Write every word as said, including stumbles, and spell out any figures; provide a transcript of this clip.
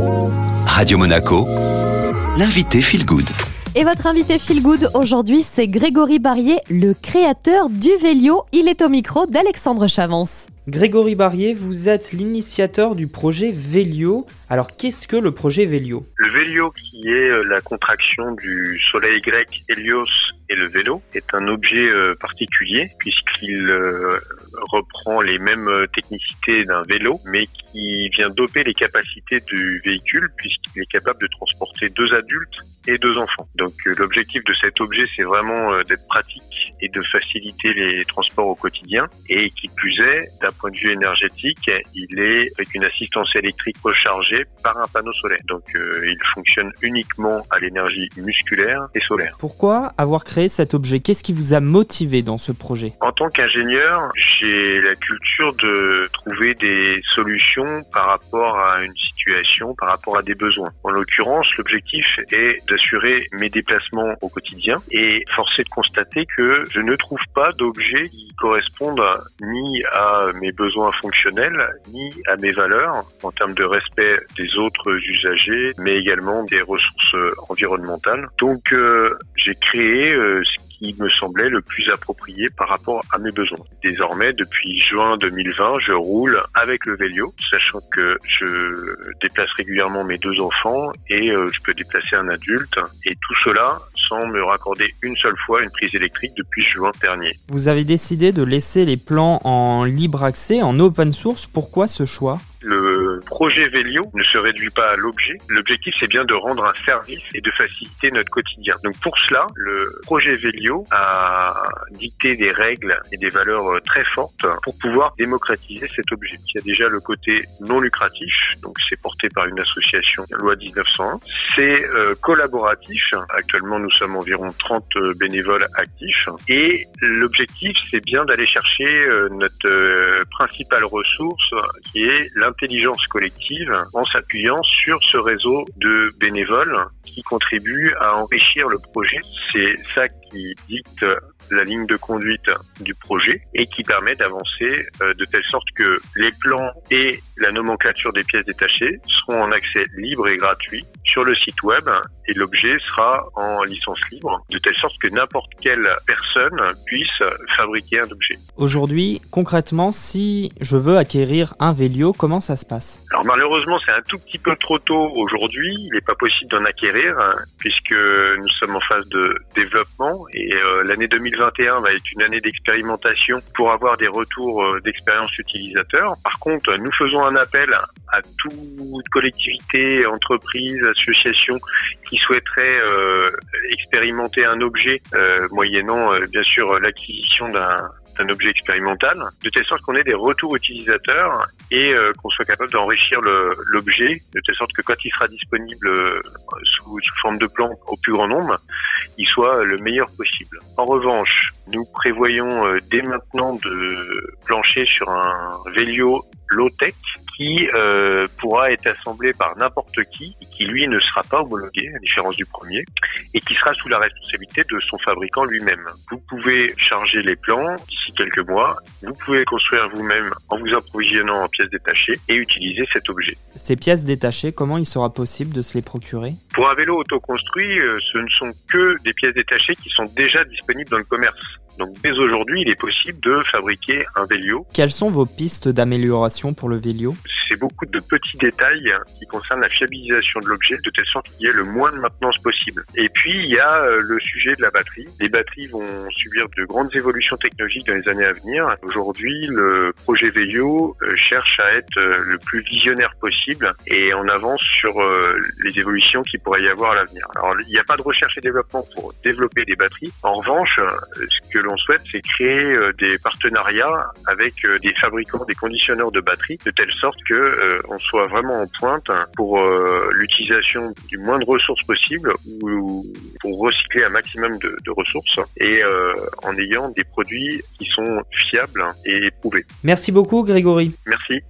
Radio Monaco, l'invité Feel Good. Et votre invité Feel Good aujourd'hui, c'est Grégory Barrier, le créateur du Vélio. Il est au micro d'Alexandre Chavance. Grégory Barrier, vous êtes l'initiateur du projet Vélio. Alors, qu'est-ce que le projet Vélio ? Le Vélio, qui est la contraction du soleil grec Hélios et le vélo, est un objet particulier puisqu'il reprend les mêmes technicités d'un vélo, mais qui vient doper les capacités du véhicule puisqu'il est capable de transporter deux adultes et deux enfants. Donc, l'objectif de cet objet, c'est vraiment d'être pratique et de faciliter les transports au quotidien. Et qui plus est, d'un point de vue énergétique, il est avec une assistance électrique rechargée par un panneau solaire. Donc euh, il fonctionne uniquement à l'énergie musculaire et solaire. Pourquoi avoir créé cet objet ? Qu'est-ce qui vous a motivé dans ce projet ? En tant qu'ingénieur, j'ai la culture de trouver des solutions par rapport à une situation, par rapport à des besoins. En l'occurrence, l'objectif est d'assurer mes déplacements au quotidien et force est de constater que je ne trouve pas d'objet qui correspondent ni à mes besoins fonctionnels, ni à mes valeurs en termes de respect des autres usagers, mais également des ressources environnementales. Donc euh, j'ai créé euh, ce qui me semblait le plus approprié par rapport à mes besoins. Désormais, depuis juin deux mille vingt, je roule avec le Vélio, sachant que je déplace régulièrement mes deux enfants et euh, je peux déplacer un adulte. Et tout cela sans me raccorder une seule fois une prise électrique depuis juin dernier. Vous avez décidé de laisser les plans en libre accès, en open source. Pourquoi ce choix ? Le projet Vélio ne se réduit pas à l'objet. L'objectif, c'est bien de rendre un service et de faciliter notre quotidien. Donc pour cela, le projet Vélio a dicté des règles et des valeurs très fortes pour pouvoir démocratiser cet objet. Il y a déjà le côté non lucratif, donc c'est porté par une association, la loi dix-neuf cent un. C'est euh, collaboratif. Actuellement, nous sommes environ trente bénévoles actifs. Et l'objectif, c'est bien d'aller chercher euh, notre euh, principale ressource, qui est l'intelligence collective, en s'appuyant sur ce réseau de bénévoles qui contribuent à enrichir le projet. C'est ça qui dicte la ligne de conduite du projet et qui permet d'avancer euh, de telle sorte que les plans et la nomenclature des pièces détachées seront en accès libre et gratuit sur le site web et l'objet sera en licence libre de telle sorte que n'importe quelle personne puisse fabriquer un objet. Aujourd'hui, concrètement, si je veux acquérir un Vélio, comment ça se passe ? Alors malheureusement, c'est un tout petit peu trop tôt aujourd'hui. Il n'est pas possible d'en acquérir hein, puisque nous sommes en phase de développement et euh, l'année deux mille vingt et un va être une année d'expérimentation pour avoir des retours euh, d'expérience utilisateur. Par contre, nous faisons un appel à toute collectivité, entreprise, association qui souhaiterait euh, expérimenter un objet euh, moyennant euh, bien sûr l'acquisition d'un un objet expérimental, de telle sorte qu'on ait des retours utilisateurs et euh, qu'on soit capable d'enrichir le, l'objet, de telle sorte que quand il sera disponible euh, sous, sous forme de plan au plus grand nombre, il soit le meilleur possible. En revanche, nous prévoyons euh, dès maintenant de plancher sur un Vélio low-tech qui euh, pourra être assemblé par n'importe qui, et qui lui ne sera pas homologué, à différence du premier, et qui sera sous la responsabilité de son fabricant lui-même. Vous pouvez charger les plans d'ici quelques mois, vous pouvez construire vous-même en vous approvisionnant en pièces détachées et utiliser cet objet. Ces pièces détachées, comment il sera possible de se les procurer ? Pour un vélo autoconstruit, euh, ce ne sont que des pièces détachées qui sont déjà disponibles dans le commerce. Donc dès aujourd'hui, il est possible de fabriquer un Vélio. Quelles sont vos pistes d'amélioration pour le Vélio ? C'est beaucoup de petits détails qui concernent la fiabilisation de l'objet, de telle sorte qu'il y ait le moins de maintenance possible. Et puis, il y a le sujet de la batterie. Les batteries vont subir de grandes évolutions technologiques dans les années à venir. Aujourd'hui, le projet Vélio cherche à être le plus visionnaire possible et en avance sur les évolutions qu'il pourrait y avoir à l'avenir. Alors, il n'y a pas de recherche et développement pour développer des batteries. En revanche, ce que l'on souhaite, c'est créer des partenariats avec des fabricants, des conditionneurs de batteries, de telle sorte que euh, on soit vraiment en pointe pour euh, l'utilisation du moins de ressources possible ou pour recycler un maximum de, de ressources et euh, en ayant des produits qui sont fiables et éprouvés. Merci beaucoup Grégory. Merci.